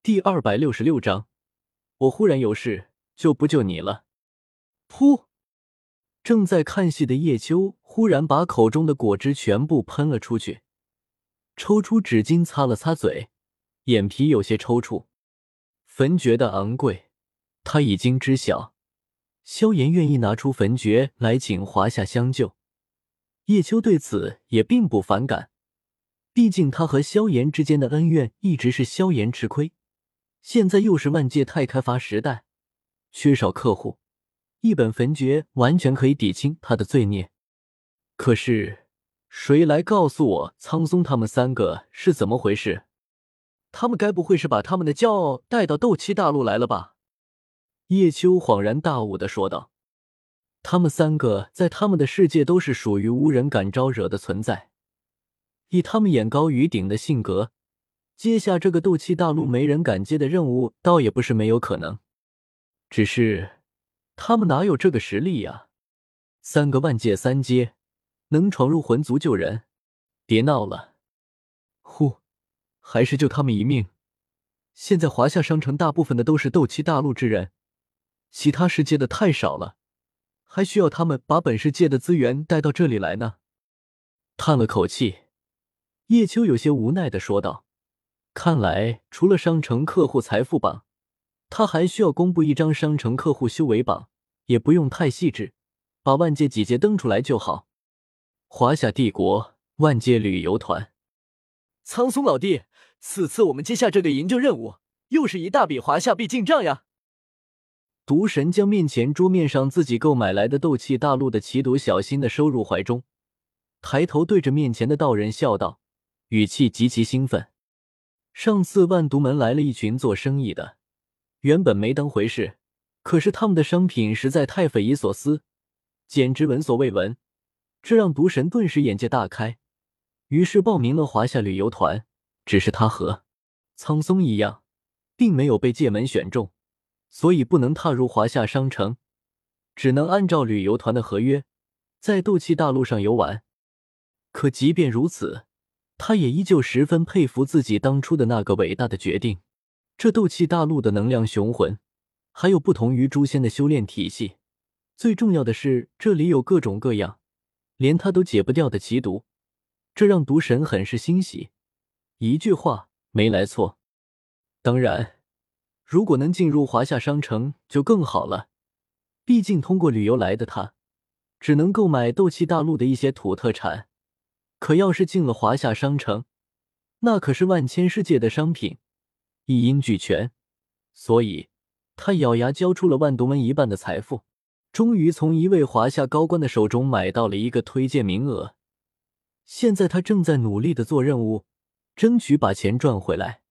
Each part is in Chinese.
第266章，我忽然有事，就不救你了。噗！正在看戏的叶秋忽然把口中的果汁全部喷了出去，抽出纸巾擦了擦嘴，眼皮有些抽搐。焚诀的昂贵，他已经知晓，萧炎愿意拿出焚诀来请华夏相救，叶秋对此也并不反感，毕竟他和萧炎之间的恩怨一直是萧炎吃亏，现在又是万界太开发时代，缺少客户，一本焚诀完全可以抵清他的罪孽。可是谁来告诉我苍松他们三个是怎么回事？他们该不会是把他们的骄傲带到斗气大陆来了吧？叶秋恍然大悟地说道。他们三个在他们的世界都是属于无人敢招惹的存在，以他们眼高于顶的性格，接下这个斗气大陆没人敢接的任务倒也不是没有可能。只是他们哪有这个实力呀？三个万界三阶能闯入魂族救人？别闹了！呼，还是救他们一命。现在华夏商城大部分的都是斗气大陆之人，其他世界的太少了，还需要他们把本世界的资源带到这里来呢。叹了口气，叶秋有些无奈地说道，看来除了商城客户财富榜，他还需要公布一张商城客户修为榜，也不用太细致，把万界几界登出来就好。华夏帝国万界旅游团。苍松老弟，此次我们接下这个营救任务，又是一大笔华夏币进账呀。毒神将面前桌面上自己购买来的斗气大陆的奇毒小心地收入怀中，抬头对着面前的道人笑道，语气极其兴奋。上次万毒门来了一群做生意的，原本没当回事，可是他们的商品实在太匪夷所思，简直闻所未闻，这让毒神顿时眼界大开，于是报名了华夏旅游团。只是他和苍松一样，并没有被界门选中，所以不能踏入华夏商城，只能按照旅游团的合约在斗气大陆上游玩。可即便如此，他也依旧十分佩服自己当初的那个伟大的决定。这斗气大陆的能量雄浑，还有不同于诛仙的修炼体系，最重要的是这里有各种各样连他都解不掉的奇毒，这让毒神很是欣喜。一句话，没来错。当然，如果能进入华夏商城就更好了，毕竟通过旅游来的他，只能购买斗气大陆的一些土特产，可要是进了华夏商城，那可是万千世界的商品，一应俱全。所以他咬牙交出了万毒门一半的财富，终于从一位华夏高官的手中买到了一个推荐名额。现在他正在努力地做任务，争取把钱赚回来。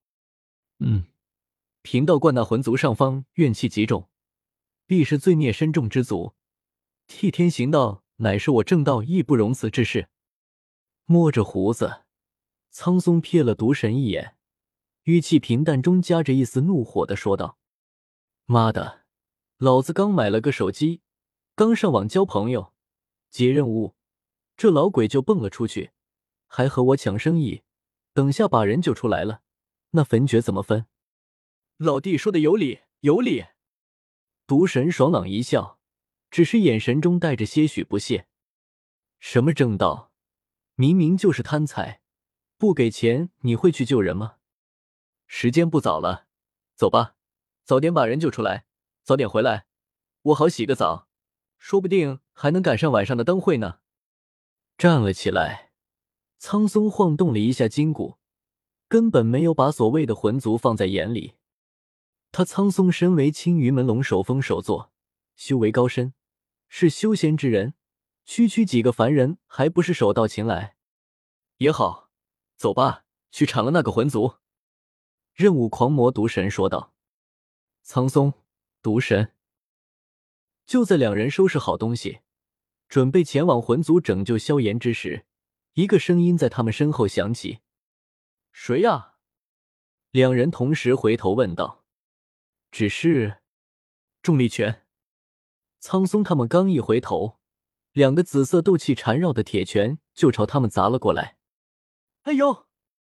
贫道冠纳魂族上方怨气极重，必是罪孽深重之族，替天行道乃是我正道义不容辞之事。摸着胡子，苍松瞥了毒神一眼，语气平淡中夹着一丝怒火地说道：妈的，老子刚买了个手机，刚上网交朋友，接任务，这老鬼就蹦了出去，还和我抢生意，等下把人救出来了，那焚诀怎么分？老弟说的有理，有理。毒神爽朗一笑，只是眼神中带着些许不屑。什么正道？明明就是贪财，不给钱你会去救人吗？时间不早了，走吧，早点把人救出来，早点回来，我好洗个澡，说不定还能赶上晚上的灯会呢。站了起来，苍松晃动了一下筋骨，根本没有把所谓的魂族放在眼里。他苍松身为青云门龙首峰首座，修为高深，是修仙之人，区区几个凡人还不是手到擒来。也好，走吧，去铲了那个魂族。任务狂魔毒神说道。苍松，毒神。就在两人收拾好东西，准备前往魂族拯救萧炎之时，一个声音在他们身后响起。谁呀？两人同时回头问道。只是重力拳。苍松他们刚一回头，两个紫色斗气缠绕的铁拳就朝他们砸了过来。哎呦！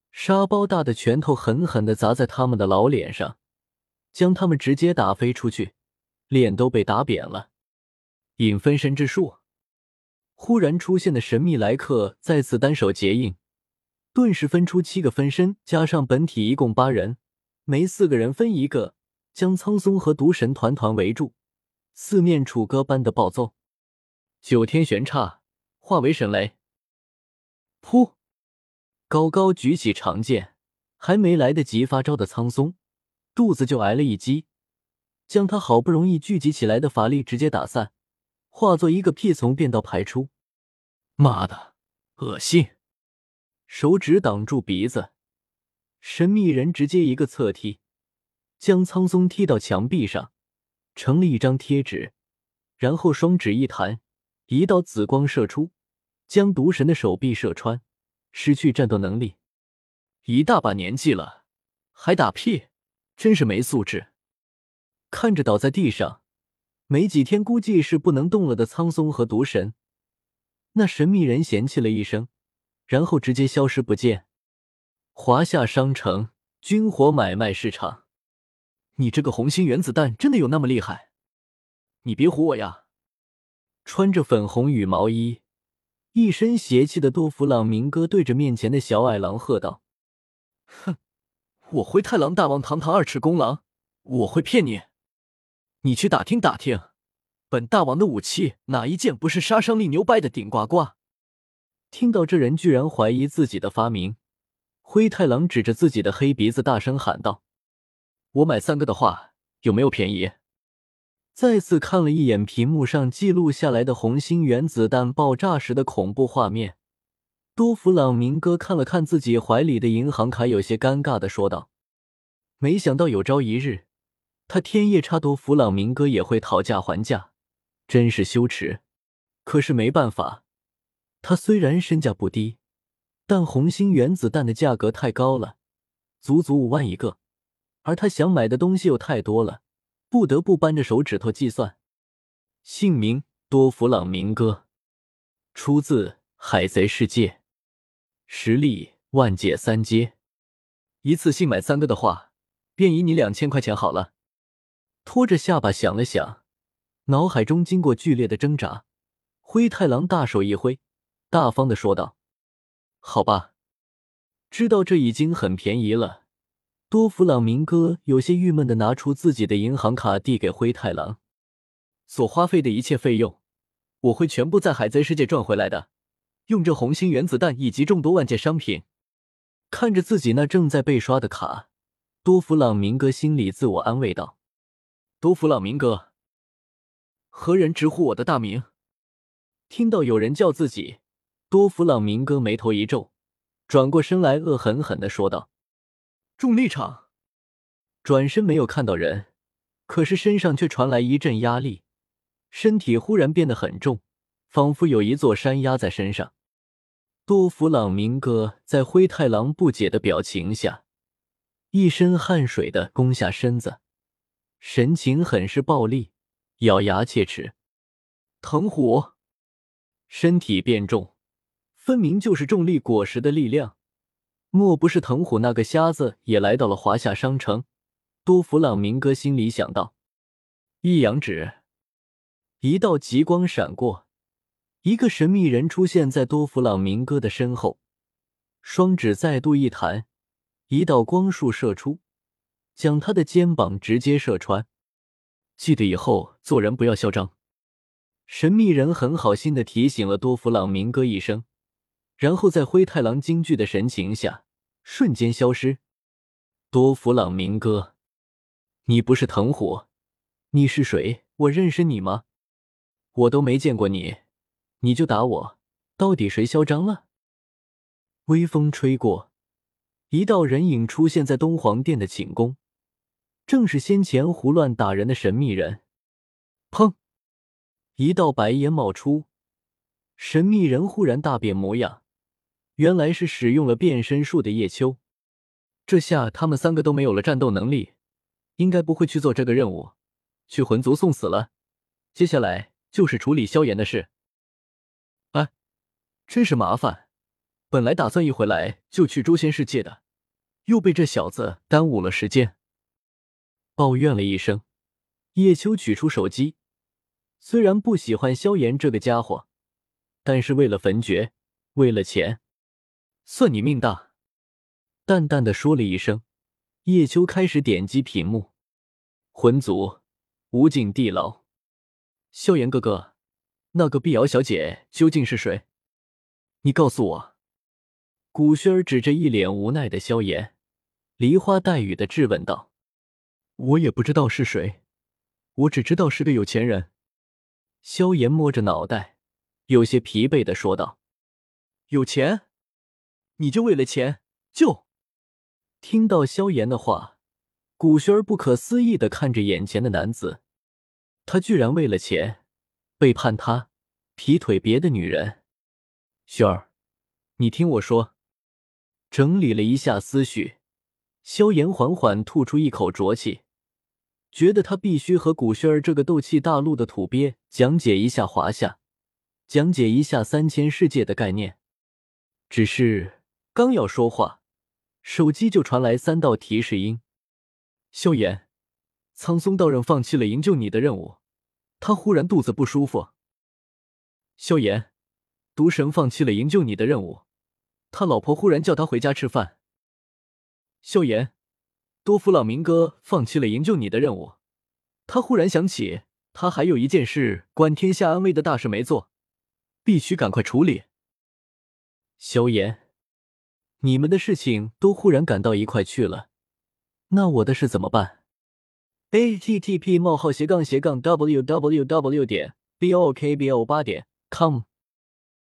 沙包大的拳头狠狠地砸在他们的老脸上，将他们直接打飞出去，脸都被打扁了。引分身之术，忽然出现的神秘来客再次单手结印，顿时分出7个分身，加上本体一共8人，每4个人分一个，将苍松和毒神团团围住，四面楚歌般的暴揍。9天玄刹，化为神雷。噗！高高举起长剑，还没来得及发招的苍松肚子就挨了一击，将他好不容易聚集起来的法力直接打散，化作一个屁从便道排出。妈的，恶心！手指挡住鼻子，神秘人直接一个侧踢，将苍松踢到墙壁上，成了一张贴纸，然后双指一弹，一道紫光射出，将毒神的手臂射穿，失去战斗能力。一大把年纪了，还打屁，真是没素质。看着倒在地上，没几天估计是不能动了的苍松和毒神，那神秘人嫌弃了一声，然后直接消失不见。华夏商城军火买卖市场，你这个红心原子弹真的有那么厉害？你别唬我呀！穿着粉红羽毛衣，一身邪气的多弗朗明哥对着面前的小矮狼喝道：哼，我灰太狼大王堂堂2尺公狼，我会骗你？你去打听打听，本大王的武器哪一件不是杀伤力牛掰的顶呱呱？听到这人居然怀疑自己的发明，灰太狼指着自己的黑鼻子大声喊道：我买3个的话，有没有便宜？再次看了一眼屏幕上记录下来的红星原子弹爆炸时的恐怖画面，多弗朗明哥看了看自己怀里的银行卡，有些尴尬地说道：没想到有朝一日他天夜叉多弗朗明哥也会讨价还价，真是羞耻。可是没办法，他虽然身价不低，但红星原子弹的价格太高了，足足5万一个，而他想买的东西又太多了，不得不扳着手指头计算。姓名：多弗朗明哥，出自海贼世界，实力万界3阶，一次性买3个的话，便以你2000块钱好了。拖着下巴想了想，脑海中经过剧烈的挣扎，灰太狼大手一挥，大方地说道：好吧。知道这已经很便宜了，多弗朗明哥有些郁闷地拿出自己的银行卡递给灰太狼。所花费的一切费用，我会全部在海贼世界赚回来的，用这红星原子弹以及众多万件商品。看着自己那正在被刷的卡，多弗朗明哥心里自我安慰道：多弗朗明哥，何人直呼我的大名？听到有人叫自己，多弗朗明哥眉头一皱，转过身来恶狠狠地说道：重力场。转身没有看到人，可是身上却传来一阵压力，身体忽然变得很重，仿佛有一座山压在身上。多弗朗明哥在灰太狼不解的表情下，一身汗水的弓下身子，神情很是暴戾，咬牙切齿。藤虎，身体变重，分明就是重力果实的力量。莫不是藤虎那个瞎子也来到了华夏商城？多弗朗明哥心里想到。一扬指，一道极光闪过，一个神秘人出现在多弗朗明哥的身后，双指再度一弹，一道光束射出，将他的肩膀直接射穿。记得以后做人不要嚣张。神秘人很好心地提醒了多弗朗明哥一声，然后在灰太狼惊惧的神情下瞬间消失。多弗朗明哥，你不是藤虎，你是谁？我认识你吗？我都没见过你，你就打我，到底谁嚣张了？微风吹过，一道人影出现在东皇殿的寝宫，正是先前胡乱打人的神秘人。砰！一道白烟冒出，神秘人忽然大变模样，原来是使用了变身术的叶秋。这下他们3个都没有了战斗能力，应该不会去做这个任务，去魂族送死了。接下来就是处理萧炎的事。哎，真是麻烦， 本来打算一回来就去诛仙世界的，又被这小子耽误了时间。抱怨了一声，叶秋取出手机，虽然不喜欢萧炎这个家伙，但是为了焚诀，为了钱，算你命大。淡淡的说了一声，叶秋开始点击屏幕。魂族，无尽地牢。萧炎哥哥，那个碧瑶小姐究竟是谁？你告诉我。古轩儿指着一脸无奈的萧炎，梨花带雨的质问道。我也不知道是谁，我只知道是个有钱人。萧炎摸着脑袋，有些疲惫的说道。有钱？你就为了钱就……听到萧炎的话，古轩儿不可思议地看着眼前的男子，他居然为了钱背叛他，劈腿别的女人。轩儿，你听我说。整理了一下思绪，萧炎缓缓吐出一口浊气，觉得他必须和古轩儿这个斗气大陆的土鳖讲解一下华夏，讲解一下3000世界的概念。只是刚要说话，手机就传来3道提示音。萧炎，苍松道人放弃了营救你的任务，他忽然肚子不舒服。萧炎，毒神放弃了营救你的任务，他老婆忽然叫他回家吃饭。萧炎，多弗朗明哥放弃了营救你的任务，他忽然想起他还有一件事关天下安危的大事没做，必须赶快处理。萧炎，你们的事情都忽然赶到一块去了，那我的事怎么办？ http://www.blokbo8.com